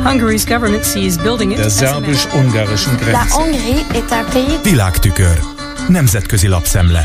der szerbus-ungarischen Grenze. Világtükör. Nemzetközi lapszemle.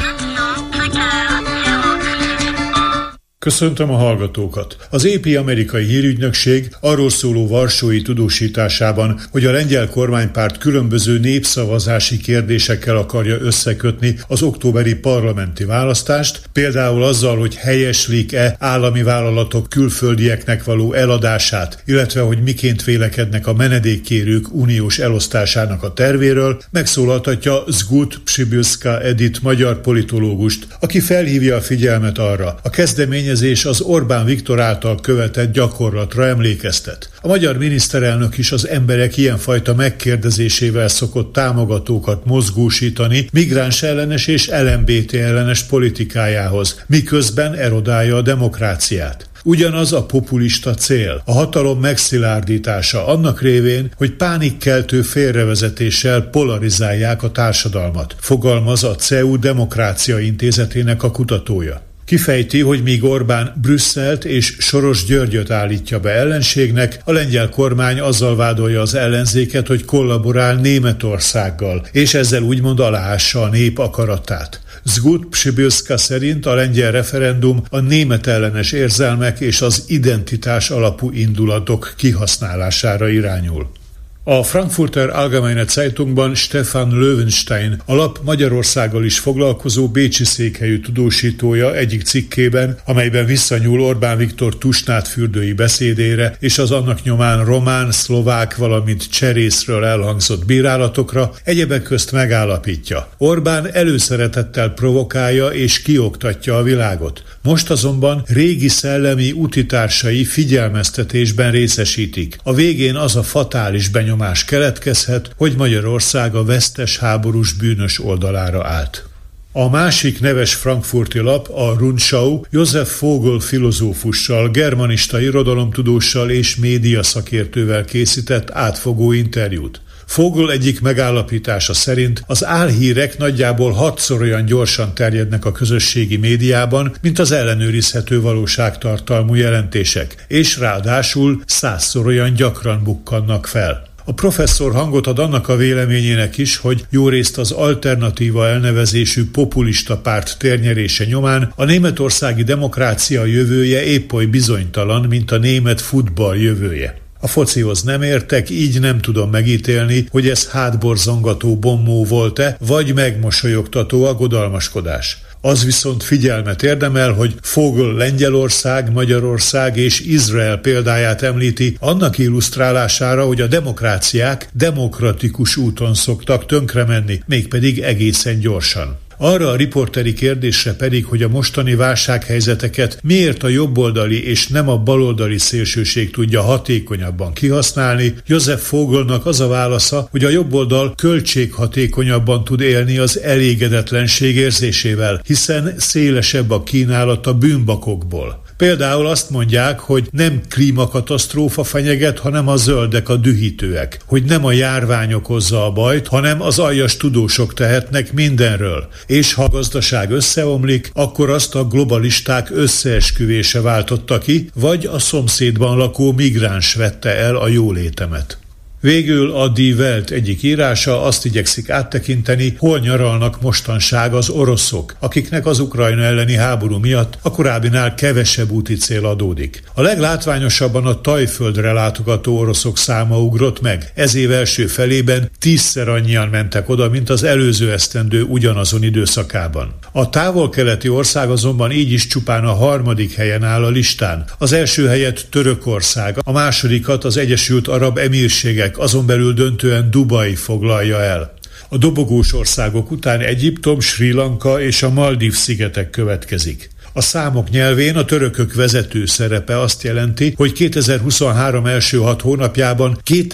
Köszöntöm a hallgatókat! Az AP amerikai hírügynökség arról szóló varsói tudósításában, hogy a lengyel kormánypárt különböző népszavazási kérdésekkel akarja összekötni az októberi parlamenti választást, például azzal, hogy helyeslik-e állami vállalatok külföldieknek való eladását, illetve hogy miként vélekednek a menedékkérők uniós elosztásának a tervéről, megszólaltatja Zgut Przybylska Edit magyar politológust, aki felhívja a figyelmet arra, a kezdeményezés az Orbán Viktor által követett gyakorlatra emlékeztet. A magyar miniszterelnök is az emberek ilyenfajta megkérdezésével szokott támogatókat mozgósítani migráns ellenes és LMBT ellenes politikájához, miközben erodálja a demokráciát. Ugyanaz a populista cél, a hatalom megszilárdítása annak révén, hogy pánikkeltő félrevezetéssel polarizálják a társadalmat, fogalmaz a CEU Demokrácia Intézetének a kutatója. Kifejti, hogy míg Orbán Brüsszelt és Soros Györgyöt állítja be ellenségnek, a lengyel kormány azzal vádolja az ellenzéket, hogy kollaborál Németországgal, és ezzel úgymond aláássa a nép akaratát. Zgut Przybylska szerint a lengyel referendum a német ellenes érzelmek és az identitás alapú indulatok kihasználására irányul. A Frankfurter Allgemeine Zeitungban Stefan Löwenstein, a lap Magyarországgal is foglalkozó bécsi székhelyű tudósítója egyik cikkében, amelyben visszanyúl Orbán Viktor tusnádfürdői beszédére és az annak nyomán román, szlovák, valamint cserészről elhangzott bírálatokra, egyebek közt megállapítja. Orbán előszeretettel provokálja és kioktatja a világot. Most azonban régi szellemi utitársai figyelmeztetésben részesítik. A végén az a fatális benyomás keletkezhet, hogy Magyarország a vesztes háborús bűnös oldalára állt. A másik neves frankfurti lap, a Rundschau, Josef Vogel filozófussal, germanista irodalomtudóssal és médiaszakértővel készített átfogó interjút. Vogel egyik megállapítása szerint az álhírek nagyjából 6-szor olyan gyorsan terjednek a közösségi médiában, mint az ellenőrizhető valóságtartalmú jelentések, és ráadásul 100-szor olyan gyakran bukkannak fel. A professzor hangot ad annak a véleményének is, hogy jórészt az Alternatíva elnevezésű populista párt térnyerése nyomán a németországi demokrácia jövője épp oly bizonytalan, mint a német futball jövője. A focihoz nem értek, így nem tudom megítélni, hogy ez hátborzongató bombó volt-e, vagy megmosolyogtató aggodalmaskodás. Az viszont figyelmet érdemel, hogy Vogel Lengyelország, Magyarország és Izrael példáját említi annak illusztrálására, hogy a demokráciák demokratikus úton szoktak tönkremenni, mégpedig egészen gyorsan. Arra a riporteri kérdésre pedig, hogy a mostani válsághelyzeteket miért a jobboldali és nem a baloldali szélsőség tudja hatékonyabban kihasználni, Josef Vogelnak az a válasza, hogy a jobboldal költséghatékonyabban tud élni az elégedetlenség érzésével, hiszen szélesebb a kínálat a bűnbakokból. Például azt mondják, hogy nem klímakatasztrófa fenyeget, hanem a zöldek a dühítőek, hogy nem a járvány okozza a bajt, hanem az aljas tudósok tehetnek mindenről, és ha a gazdaság összeomlik, akkor azt a globalisták összeesküvése váltotta ki, vagy a szomszédban lakó migráns vette el a jólétemet. Végül a Die Welt egyik írása azt igyekszik áttekinteni, hol nyaralnak mostanság az oroszok, akiknek az Ukrajna elleni háború miatt a korábbinál kevesebb úti cél adódik. A leglátványosabban a Tajföldre látogató oroszok száma ugrott meg. Ez év első felében 10-szer annyian mentek oda, mint az előző esztendő ugyanazon időszakában. A távol-keleti ország azonban így is csupán a 3. helyen áll a listán. Az első helyet Törökország, a másodikat az Egyesült Arab Emírségek, azon belül döntően Dubaj foglalja el. A dobogós országok után Egyiptom, Srí Lanka és a Maldív-szigetek következik. A számok nyelvén a törökök vezető szerepe azt jelenti, hogy 2023 első 6 hónapjában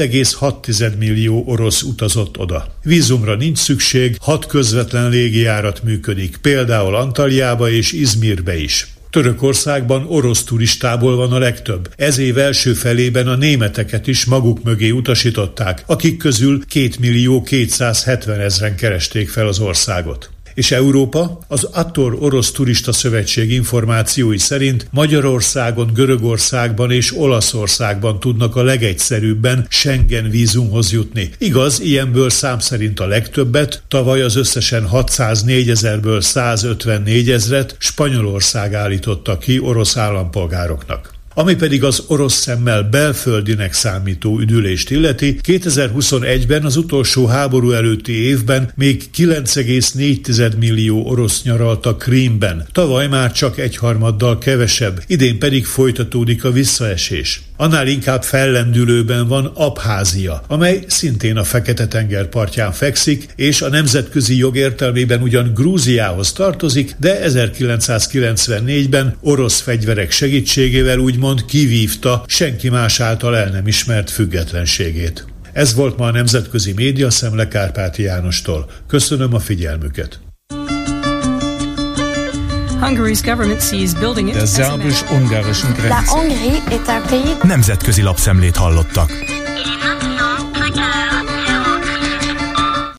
2,6 millió orosz utazott oda. Vízumra nincs szükség, 6 közvetlen légijárat működik, például Antaljába és Izmirbe is. Törökországban orosz turistából van a legtöbb. Ez év első felében a németeket is maguk mögé utasították, akik közül 2.270.000 keresték fel az országot. És Európa? Az Attor Orosz Turista Szövetség információi szerint Magyarországon, Görögországban és Olaszországban tudnak a legegyszerűbben Schengen vízumhoz jutni. Igaz, ilyenből szám szerint a legtöbbet, tavaly az összesen 604 000-ből 154 000-et Spanyolország állította ki orosz állampolgároknak. Ami pedig az orosz szemmel belföldinek számító üdülést illeti, 2021-ben az utolsó háború előtti évben még 9,4 millió orosz nyaralt a Krímben. Tavaly már csak 1/3 kevesebb, idén pedig folytatódik a visszaesés. Annál inkább fellendülőben van Abházia, amely szintén a Fekete-tenger partján fekszik, és a nemzetközi jog értelmében ugyan Grúziához tartozik, de 1994-ben orosz fegyverek segítségével úgymond kivívta senki más által el nem ismert függetlenségét. Ez volt ma a Nemzetközi Média Szemle Kárpáti Jánostól. Köszönöm a figyelmüket! Der szerbus-ungarischen Grenze. Nemzetközi lapszemlét hallottak.